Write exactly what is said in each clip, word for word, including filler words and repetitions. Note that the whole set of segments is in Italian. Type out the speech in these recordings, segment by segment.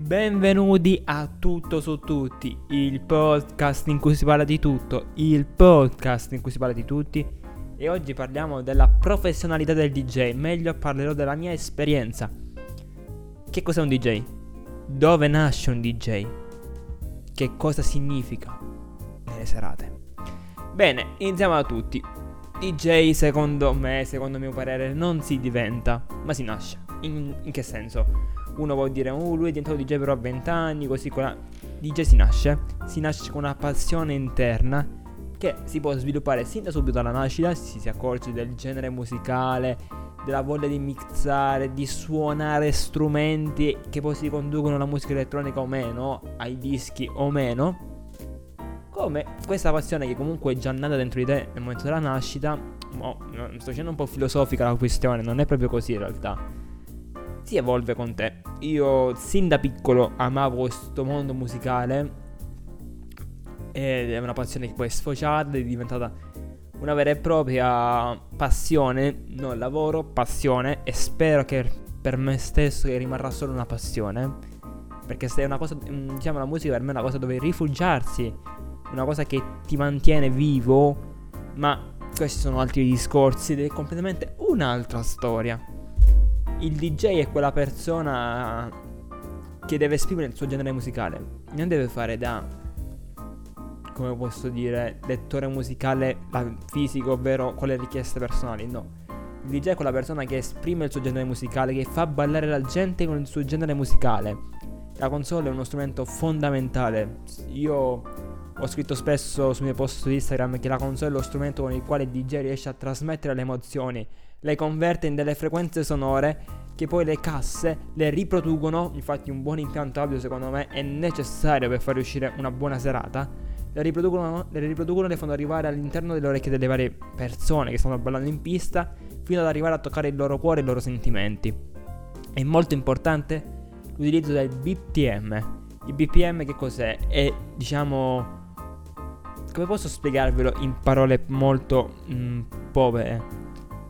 Benvenuti a Tutto su Tutti, il podcast in cui si parla di tutto, il podcast in cui si parla di tutti. E oggi parliamo della professionalità del D J, meglio parlerò della mia esperienza. Che cos'è un D J? Dove nasce un D J? Che cosa significa nelle serate? Bene, iniziamo da tutti. D J secondo me, secondo mio parere, non si diventa, ma si nasce. In, in che senso? Uno può dire, oh lui è diventato D J però a venti anni, così quella... D J si nasce, si nasce con una passione interna che si può sviluppare sin da subito alla nascita, si si accorge del genere musicale, della voglia di mixare, di suonare strumenti che poi si conducono alla musica elettronica o meno, ai dischi o meno. Come questa passione che comunque è già nata dentro di te nel momento della nascita, oh, sto facendo un po' filosofica la questione, non è proprio così in realtà. Si evolve con te. Io sin da piccolo amavo questo mondo musicale ed è una passione che poi è sfociata, è diventata una vera e propria passione, non lavoro, passione, e spero che per me stesso che rimarrà solo una passione, perché se è una cosa, diciamo, la musica per me è una cosa dove rifugiarsi, una cosa che ti mantiene vivo, ma questi sono altri discorsi ed è completamente un'altra storia. Il D J è quella persona che deve esprimere il suo genere musicale. Non deve fare da, come posso dire, lettore musicale fisico, ovvero con le richieste personali. No, il D J è quella persona che esprime il suo genere musicale, che fa ballare la gente con il suo genere musicale. La console è uno strumento fondamentale. Io ho scritto spesso sui miei post su Instagram che la console è lo strumento con il quale il D J riesce a trasmettere le emozioni, le converte in delle frequenze sonore che poi le casse le riproducono. Infatti un buon impianto audio secondo me è necessario per far uscire una buona serata. Le riproducono, le riproducono e le fanno arrivare all'interno delle orecchie delle varie persone che stanno ballando in pista, fino ad arrivare a toccare il loro cuore e i loro sentimenti. È molto importante l'utilizzo del B P M. Il B P M che cos'è? È, diciamo, come posso spiegarvelo in parole molto mh, povere,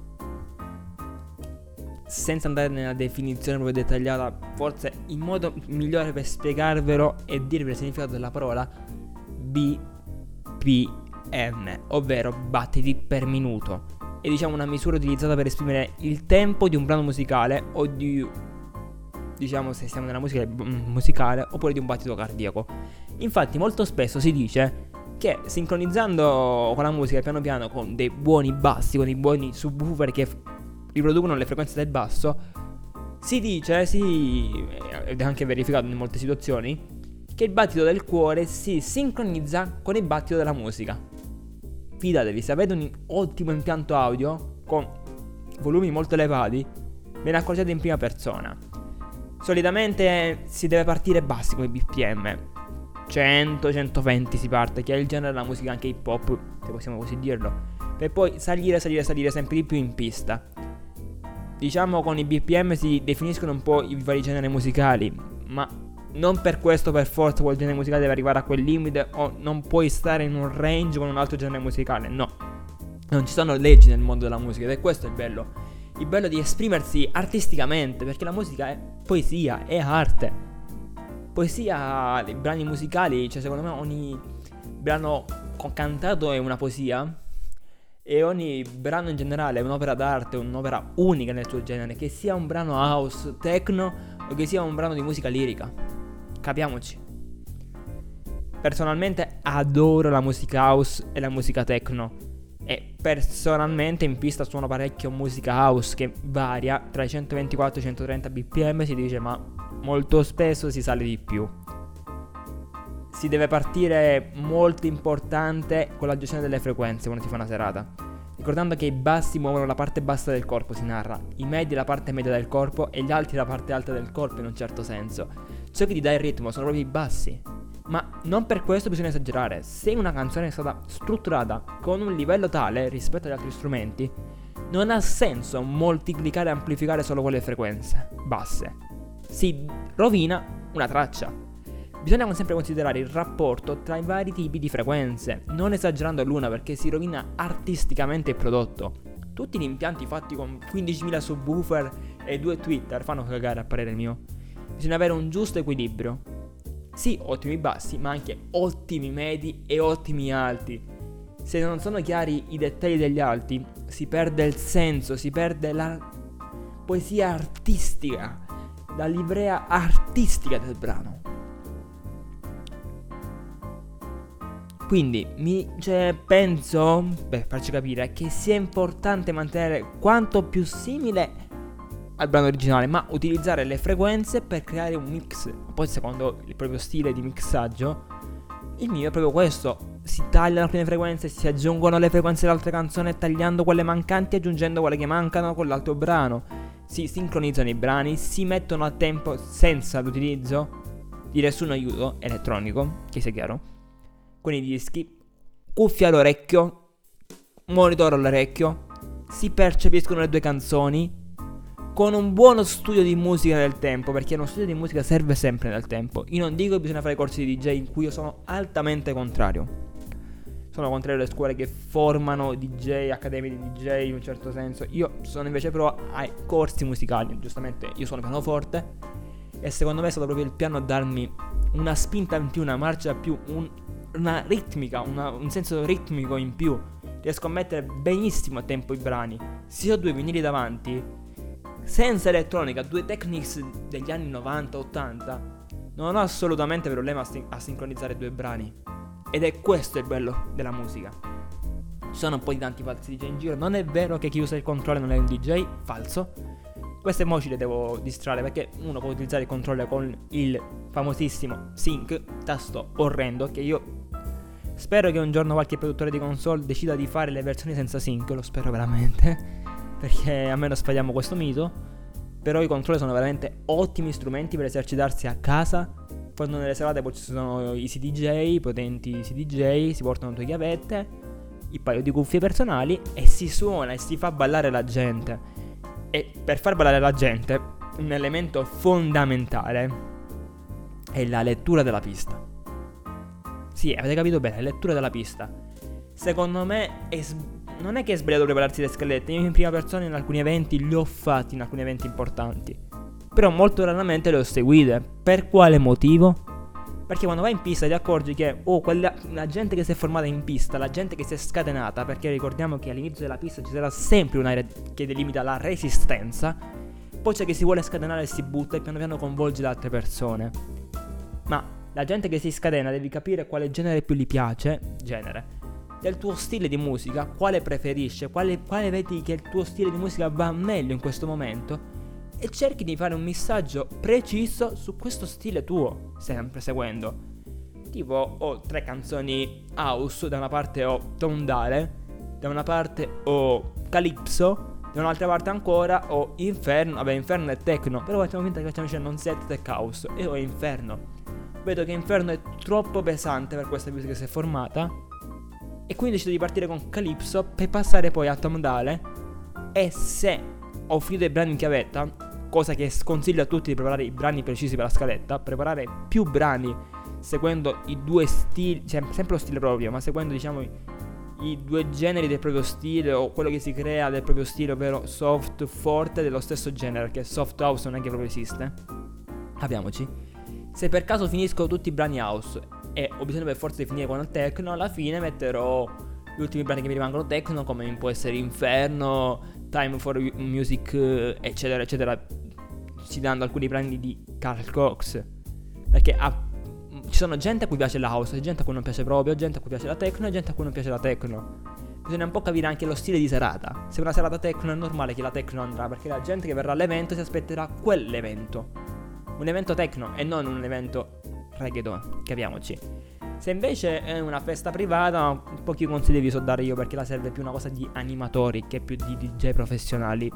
senza andare nella definizione proprio dettagliata? Forse il modo migliore per spiegarvelo è dirvi il significato della parola B P M, ovvero battiti per minuto. È, diciamo, una misura utilizzata per esprimere il tempo di un brano musicale o di, diciamo, se siamo nella musica musicale, oppure di un battito cardiaco. Infatti molto spesso si dice che sincronizzando con la musica piano piano, con dei buoni bassi, con dei buoni subwoofer che f- riproducono le frequenze del basso, si dice, sì, ed è anche verificato in molte situazioni, che il battito del cuore si sincronizza con il battito della musica. Fidatevi, se avete un ottimo impianto audio con volumi molto elevati, ve ne accorgete in prima persona. Solitamente si deve partire bassi con i B P M, cento centoventi si parte, che è il genere della musica anche hip hop, se possiamo così dirlo, per poi salire, salire, salire sempre di più in pista. Diciamo, con i B P M si definiscono un po' i vari generi musicali, ma non per questo per forza quel genere musicale deve arrivare a quel limite, o non puoi stare in un range con un altro genere musicale. No, non ci sono leggi nel mondo della musica ed è questo il bello. Il bello di esprimersi artisticamente, perché la musica è poesia, è arte. Poesia, i brani musicali, cioè secondo me ogni brano cantato è una poesia, e ogni brano in generale è un'opera d'arte, un'opera unica nel suo genere, che sia un brano house, techno o che sia un brano di musica lirica. Capiamoci. Personalmente adoro la musica house e la musica techno, e personalmente in pista suono parecchio musica house che varia tra i centoventiquattro e i centotrenta B P M, si dice, ma molto spesso si sale di più. Si deve partire molto importante con la gestione delle frequenze quando si fa una serata, ricordando che i bassi muovono la parte bassa del corpo, si narra, i medi la parte media del corpo e gli alti la parte alta del corpo in un certo senso. Ciò che ti dà il ritmo sono proprio i bassi, ma non per questo bisogna esagerare. Se una canzone è stata strutturata con un livello tale rispetto agli altri strumenti, non ha senso moltiplicare e amplificare solo quelle frequenze basse, si rovina una traccia. Bisogna sempre considerare il rapporto tra i vari tipi di frequenze, non esagerando l'una perché si rovina artisticamente il prodotto. Tutti gli impianti fatti con quindicimila subwoofer e due tweeter fanno cagare a parere mio. Bisogna avere un giusto equilibrio. Sì, ottimi bassi, ma anche ottimi medi e ottimi alti. Se non sono chiari i dettagli degli alti, si perde il senso, si perde la poesia artistica, la livrea artistica del brano. Quindi mi, cioè, penso, per farci capire, che sia importante mantenere quanto più simile al brano originale, ma utilizzare le frequenze per creare un mix. Poi secondo il proprio stile di mixaggio, il mio è proprio questo: si tagliano alcune frequenze, si aggiungono le frequenze dell'altra canzone tagliando quelle mancanti e aggiungendo quelle che mancano con l'altro brano. Si sincronizzano i brani, si mettono a tempo senza l'utilizzo di nessun aiuto elettronico, che sia chiaro, con i dischi, cuffia all'orecchio, monitor all'orecchio, si percepiscono le due canzoni con un buono studio di musica nel tempo, perché uno studio di musica serve sempre nel tempo. Io non dico che bisogna fare corsi di D J, in cui io sono altamente contrario. Sono contrario alle scuole che formano D J, accademie di D J in un certo senso. Io sono invece pro ai corsi musicali. Giustamente io suono pianoforte e secondo me è stato proprio il piano a darmi una spinta in più, una marcia in più, un, una ritmica, una, un senso ritmico in più. Riesco a mettere benissimo a tempo i brani. Se ho due vinili davanti, senza elettronica, due Technics degli anni novanta ottanta, non ho assolutamente problema a, sin- a sincronizzare due brani. Ed è questo il bello della musica. Ci sono un po' di tanti falsi D J in giro. Non è vero che chi usa il controller non è un D J, falso. Queste emoji le devo distrarre, perché uno può utilizzare il controller con il famosissimo sync, tasto orrendo, che io spero che un giorno qualche produttore di console decida di fare le versioni senza sync. Lo spero veramente, perché almeno sbagliamo questo mito. Però i controller sono veramente ottimi strumenti per esercitarsi a casa. Quando nelle serate poi ci sono i C D J, potenti C D J, si portano due chiavette, il paio di cuffie personali e si suona e si fa ballare la gente. E per far ballare la gente, un elemento fondamentale è la lettura della pista. Sì, avete capito bene, la lettura della pista. Secondo me è sbagliato. Non è che è sbagliato prepararsi le scalette. Io in prima persona in alcuni eventi li ho fatti, in alcuni eventi importanti, però molto raramente le ho seguite. Per quale motivo? Perché quando vai in pista ti accorgi che oh, quella, la gente che si è formata in pista, la gente che si è scatenata, perché ricordiamo che all'inizio della pista ci sarà sempre un'area che delimita la resistenza. Poi c'è chi si vuole scatenare e si butta e piano piano coinvolge le altre persone. Ma la gente che si scatena devi capire quale genere più gli piace, genere del tuo stile di musica, quale preferisce, quale, quale vedi che il tuo stile di musica va meglio in questo momento, e cerchi di fare un missaggio preciso su questo stile tuo, sempre seguendo. Tipo, ho tre canzoni house, da una parte ho Tondale, da una parte ho Calypso, da un'altra parte ancora ho Inferno. Vabbè, Inferno è techno, però facciamo finta che facciamo dicendo un set tech house, e ho Inferno. Vedo che Inferno è troppo pesante per questa musica che si è formata, e quindi decido di partire con Calypso per passare poi a Tondale. E se ho finito i brani in chiavetta, cosa che sconsiglio a tutti di preparare i brani precisi per la scaletta, preparare più brani seguendo i due stili, cioè sempre lo stile proprio, ma seguendo diciamo i, i due generi del proprio stile, o quello che si crea del proprio stile, ovvero soft, forte, dello stesso genere, perché soft house non è che proprio esiste. Capiamoci. Se per caso finisco tutti i brani house e ho bisogno per forza di finire con il techno, alla fine metterò gli ultimi brani che mi rimangono techno, come può essere Inferno, Time for Music, eccetera eccetera, citando alcuni brani di Carl Cox, perché ha, ci sono gente a cui piace la house, gente a cui non piace proprio, gente a cui piace la techno e gente a cui non piace la techno. Bisogna un po' capire anche lo stile di serata. Se è una serata techno è normale che la techno andrà, perché la gente che verrà all'evento si aspetterà quell'evento, un evento techno e non un evento reggaeton, capiamoci. Se invece è una festa privata, pochi consigli vi so dare io, perché la serve più una cosa di animatori che più di D J professionali.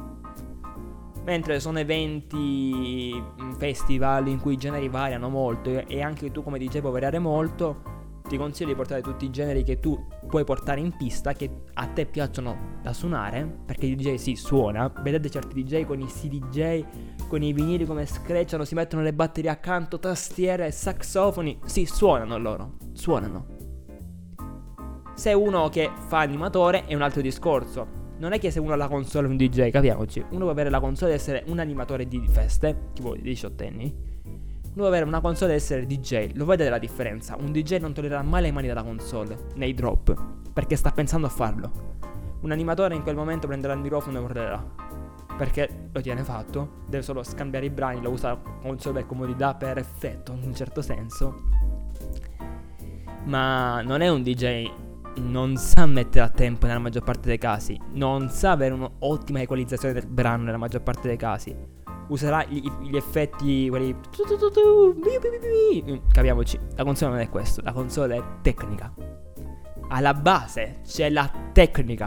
Mentre sono eventi, festival in cui i generi variano molto e anche tu come D J puoi variare molto, ti consiglio di portare tutti i generi che tu puoi portare in pista, che a te piacciono da suonare, perché il D J si suona. Vedete certi D J con i C D J, con i vinili come screcciano, si mettono le batterie accanto, tastiere, saxofoni, si suonano loro, suonano. Se uno che fa animatore è un altro discorso. Non è che se uno ha la console è un D J, capiamoci. Uno può avere la console ed essere un animatore di feste, tipo di diciottenni. Uno può avere una console ed essere D J. Lo vedete la differenza? Un D J non toglierà mai le mani dalla console nei drop, perché sta pensando a farlo. Un animatore in quel momento prenderà il microfono e urlerà, perché lo tiene fatto. Deve solo scambiare i brani, lo usa la console per comodità, per effetto, in un certo senso. Ma non è un D J. Non sa mettere a tempo nella maggior parte dei casi. Non sa avere un'ottima equalizzazione del brano nella maggior parte dei casi. Userà gli, gli effetti quelli tu tu tu tu, bi bi bi bi. Capiamoci, la console non è questo. La console è tecnica. Alla base c'è la tecnica,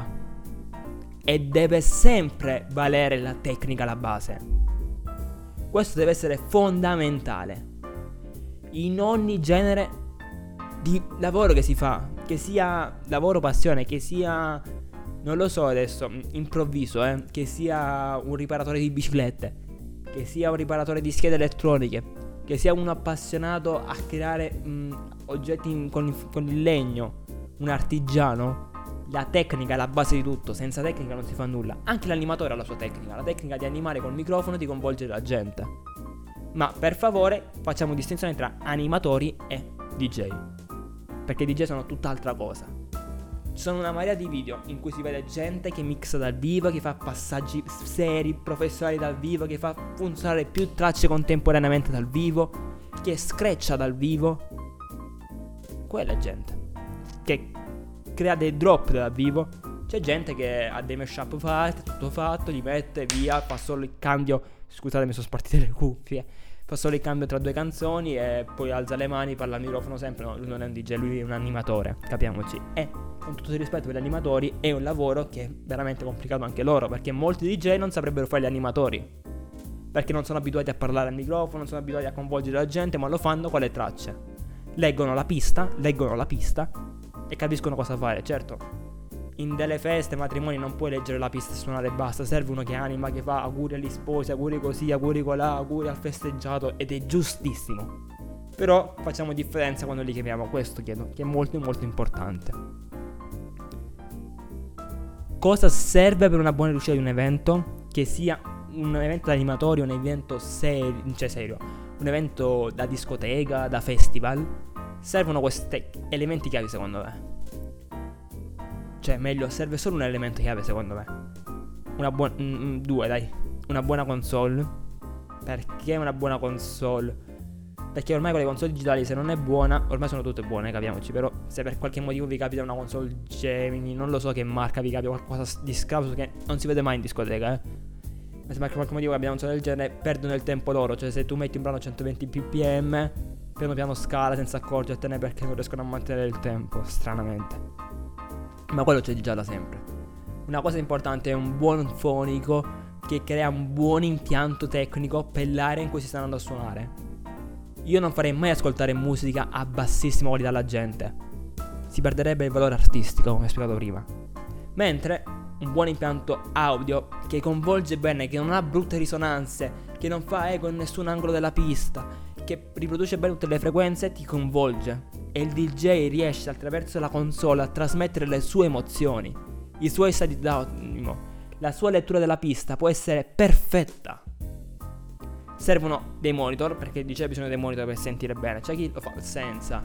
e deve sempre valere la tecnica alla base. Questo deve essere fondamentale in ogni genere di lavoro che si fa, che sia lavoro passione, che sia, non lo so adesso, improvviso, eh, che sia un riparatore di biciclette, che sia un riparatore di schede elettroniche, che sia un appassionato a creare mh, oggetti in, con, con il legno, un artigiano. La tecnica è la base di tutto, senza tecnica non si fa nulla. Anche l'animatore ha la sua tecnica, la tecnica di animare col microfono e di coinvolgere la gente. Ma per favore facciamo distinzione tra animatori e D J, perché i D J sono tutt'altra cosa. Ci sono una marea di video in cui si vede gente che mixa dal vivo, che fa passaggi seri, professionali dal vivo, che fa funzionare più tracce contemporaneamente dal vivo, che screccia dal vivo. Quella gente che crea dei drop dal vivo. C'è gente che ha dei mashup fatti, tutto fatto, li mette via, fa solo il cambio. Scusate, mi sono spartite le cuffie. Fa solo il cambio tra due canzoni e poi alza le mani, parla al microfono sempre. No, lui non è un D J, lui è un animatore, capiamoci. E con tutto il rispetto per gli animatori, è un lavoro che è veramente complicato anche loro, perché molti D J non saprebbero fare gli animatori, perché non sono abituati a parlare al microfono, non sono abituati a coinvolgere la gente, ma lo fanno con le tracce. Leggono la pista, leggono la pista e capiscono cosa fare. Certo, in delle feste, matrimoni non puoi leggere la pista e suonare e basta. Serve uno che anima, che fa auguri agli sposi, auguri così, auguri colà, auguri al festeggiato, ed è giustissimo. Però facciamo differenza quando li chiamiamo, questo chiedo, che è molto molto importante. Cosa serve per una buona riuscita di un evento? Che sia un evento da animatori, un evento serio, cioè serio, un evento da discoteca, da festival. Servono questi elementi chiave secondo me. Cioè, meglio, serve solo un elemento chiave secondo me. Una buona... Mm, due, dai. Una buona console. Perché una buona console? Perché ormai con le console digitali, se non è buona... Ormai sono tutte buone, capiamoci. Però se per qualche motivo vi capita una console Gemini, non lo so che marca vi capita, qualcosa di scrauso che non si vede mai in discoteca, eh. Ma se per qualche motivo abbiamo una console del genere, perdono il tempo loro. Cioè, se tu metti un brano a centoventi ppm, piano piano scala senza accorgertene, perché non riescono a mantenere il tempo, stranamente. Ma quello c'è già da sempre. Una cosa importante è un buon fonico che crea un buon impianto tecnico per l'area in cui si sta andando a suonare. Io non farei mai ascoltare musica a bassissima qualità alla gente. Si perderebbe il valore artistico, come ho spiegato prima. Mentre un buon impianto audio che coinvolge bene, che non ha brutte risonanze, che non fa eco in nessun angolo della pista, che riproduce bene tutte le frequenze, ti coinvolge. E il D J riesce attraverso la console a trasmettere le sue emozioni, i suoi stati d'animo. La sua lettura della pista può essere perfetta. Servono dei monitor, perché il D J ha bisogno dei monitor per sentire bene. C'è chi lo fa senza,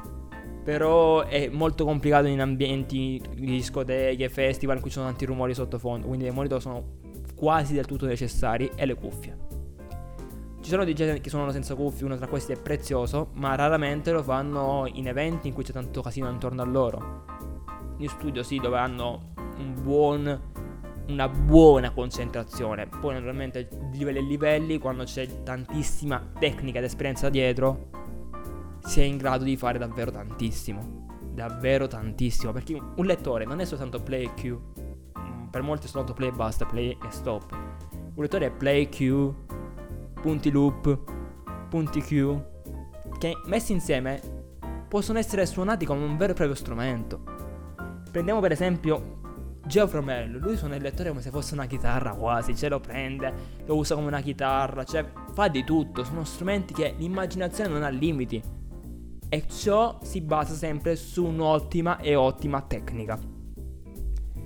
però è molto complicato in ambienti di discoteche, festival in cui ci sono tanti rumori sottofondo. Quindi i monitor sono quasi del tutto necessari, e le cuffie. Ci sono D J che suonano senza cuffie, uno tra questi è Prezioso, ma raramente lo fanno in eventi in cui c'è tanto casino intorno a loro. In studio sì, dove hanno un buon, una buona concentrazione. Poi naturalmente livelli e livelli, quando c'è tantissima tecnica ed esperienza dietro, si è in grado di fare davvero tantissimo. Davvero tantissimo, perché un lettore non è soltanto play e cue. Per molti è soltanto play e basta, play e stop. Un lettore è play, cue, punti loop, punti Q, che messi insieme possono essere suonati come un vero e proprio strumento. Prendiamo per esempio Geoffrey Mello, lui suona il lettore come se fosse una chitarra quasi, ce lo prende, lo usa come una chitarra, cioè fa di tutto, sono strumenti che l'immaginazione non ha limiti, e ciò si basa sempre su un'ottima e ottima tecnica.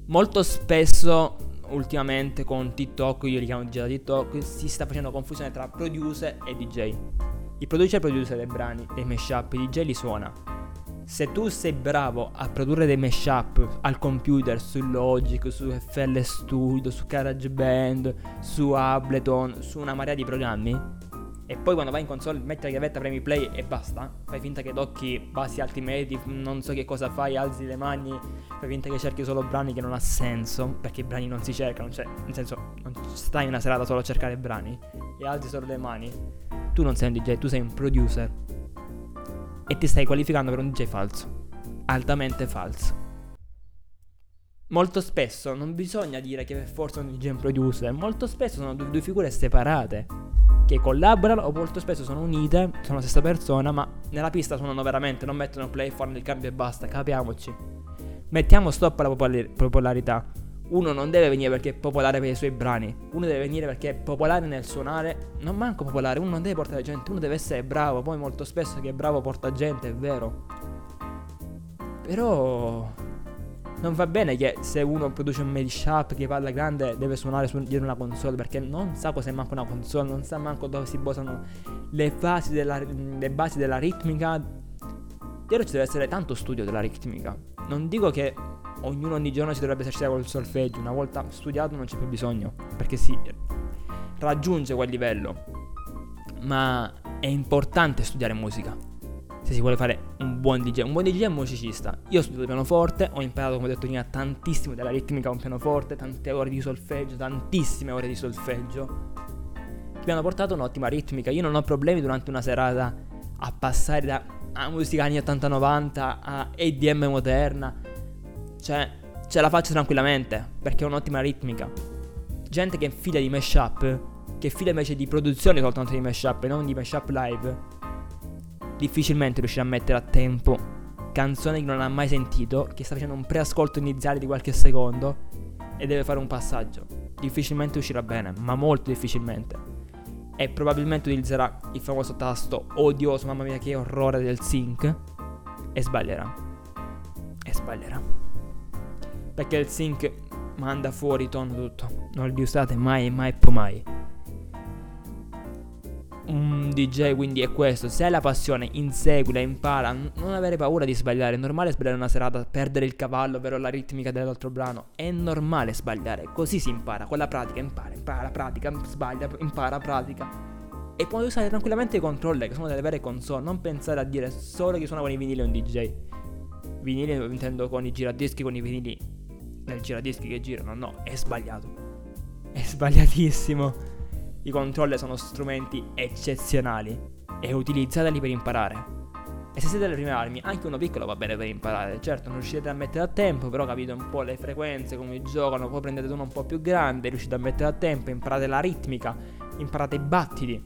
Molto spesso ultimamente con TikTok, io li chiamo D J da TikTok, si sta facendo confusione tra producer e D J. Il producer produce dei brani, dei mashup, il D J li suona. Se tu sei bravo a produrre dei mashup al computer, su Logic, su F L Studio, su GarageBand, su Ableton, su una marea di programmi, e poi quando vai in console metti la chiavetta, premi play e basta, fai finta che tocchi bassi, alti, medi, non so che cosa fai, alzi le mani, fai finta che cerchi solo brani, che non ha senso, perché i brani non si cercano, cioè nel senso non stai una serata solo a cercare brani e alzi solo le mani. Tu non sei un D J, tu sei un producer e ti stai qualificando per un D J falso, altamente falso. Molto spesso non bisogna dire che per forza un D J è un producer, molto spesso sono due, due figure separate che collaborano, o molto spesso sono unite, sono la stessa persona, ma nella pista suonano veramente, non mettono play, fanno il cambio e basta, capiamoci. Mettiamo stop alla popolari- popolarità. Uno non deve venire perché è popolare per i suoi brani, uno deve venire perché è popolare nel suonare, non manco popolare, uno non deve portare gente, uno deve essere bravo. Poi molto spesso che è bravo porta gente, è vero, però non va bene che se uno produce un mashup che parla grande deve suonare su, dietro una console, perché non sa cos'è manco una console, non sa manco dove si basano le basi della, le basi della ritmica. Dietro ci deve essere tanto studio della ritmica. Non dico che ognuno ogni giorno si dovrebbe esercitare col solfeggio, una volta studiato non c'è più bisogno, perché si raggiunge quel livello, ma è importante studiare musica se si vuole fare un buon D J. Un buon D J è un musicista. Io ho studiato pianoforte, ho imparato, come ho detto prima, tantissimo della ritmica con pianoforte, tante ore di solfeggio, tantissime ore di solfeggio che mi hanno portato un'ottima ritmica. Io non ho problemi durante una serata a passare da a musica anni ottanta novanta a E D M moderna, cioè ce la faccio tranquillamente perché ho un'ottima ritmica. Gente che è figlia di mashup, che è figlia invece di produzione soltanto di mashup e non di mashup live, difficilmente riuscirà a mettere a tempo canzoni che non ha mai sentito, che sta facendo un preascolto iniziale di qualche secondo e deve fare un passaggio. Difficilmente uscirà bene, ma molto difficilmente. E probabilmente utilizzerà il famoso tasto odioso, mamma mia che orrore, del sync, e sbaglierà. E sbaglierà. Perché il sync manda fuori tono tutto. Non li usate mai, mai e poi mai. Un D J quindi è questo: se hai la passione, inseguila, impara, non avere paura di sbagliare. È normale sbagliare una serata, perdere il cavallo, ovvero la ritmica dell'altro brano. È normale sbagliare, così si impara. Con la pratica impara, impara, pratica, sbaglia, impara, pratica. E puoi usare tranquillamente i controller, che sono delle vere console. Non pensare a dire solo che suona con i vinili è un D J. Vinili intendo con i giradischi, con i vinili nel giradischi che girano. No, è sbagliato. È sbagliatissimo. I controller sono strumenti eccezionali e utilizzateli per imparare. E se siete alle prime armi, anche uno piccolo va bene per imparare. Certo, non riuscite a mettere a tempo, però capite un po' le frequenze, come giocano. Poi prendete uno un po' più grande, riuscite a mettere a tempo, imparate la ritmica, imparate i battiti,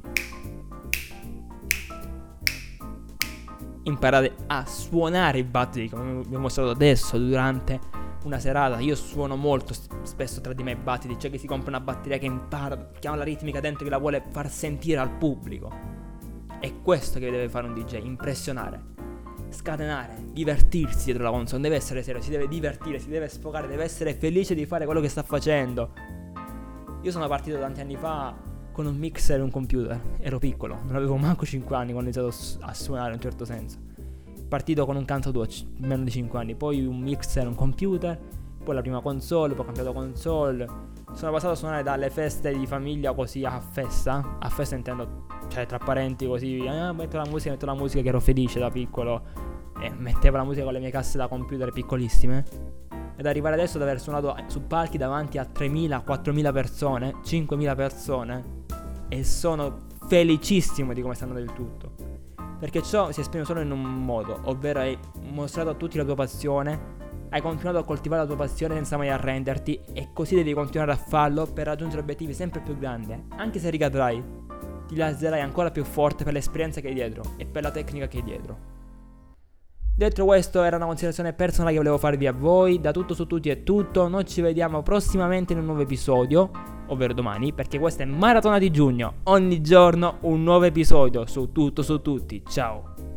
imparate a suonare i battiti, come vi ho mostrato adesso durante una serata. Io suono molto spesso tra di me i battiti. C'è chi si compra una batteria che impara, che ha la ritmica dentro, che la vuole far sentire al pubblico. È questo che deve fare un D J: impressionare, scatenare, divertirsi dietro la console. Non deve essere serio, si deve divertire, si deve sfogare, deve essere felice di fare quello che sta facendo. Io sono partito tanti anni fa con un mixer e un computer. Ero piccolo, non avevo manco cinque anni quando ho iniziato a suonare in un certo senso. Partito con un Cantautoc, meno di cinque anni, poi un mixer, un computer, poi la prima console, poi ho cambiato console. Sono passato a suonare dalle feste di famiglia così a festa. A festa intendo, cioè tra parenti così, ah, metto la musica, metto la musica, che ero felice da piccolo e mettevo la musica con le mie casse da computer piccolissime. Ed arrivare adesso ad aver suonato su palchi davanti a tremila, quattromila persone, cinquemila persone, e sono felicissimo di come sta andando il tutto. Perché ciò si esprime solo in un modo, ovvero hai mostrato a tutti la tua passione, hai continuato a coltivare la tua passione senza mai arrenderti, e così devi continuare a farlo per raggiungere obiettivi sempre più grandi. Anche se ricadrai, ti alzerai ancora più forte per l'esperienza che hai dietro e per la tecnica che hai dietro. Detto questo, era una considerazione personale che volevo farvi a voi. Da Tutto su Tutti è tutto. Noi ci vediamo prossimamente in un nuovo episodio, ovvero domani, perché questa è Maratona di Giugno. Ogni giorno un nuovo episodio su Tutto su Tutti. Ciao.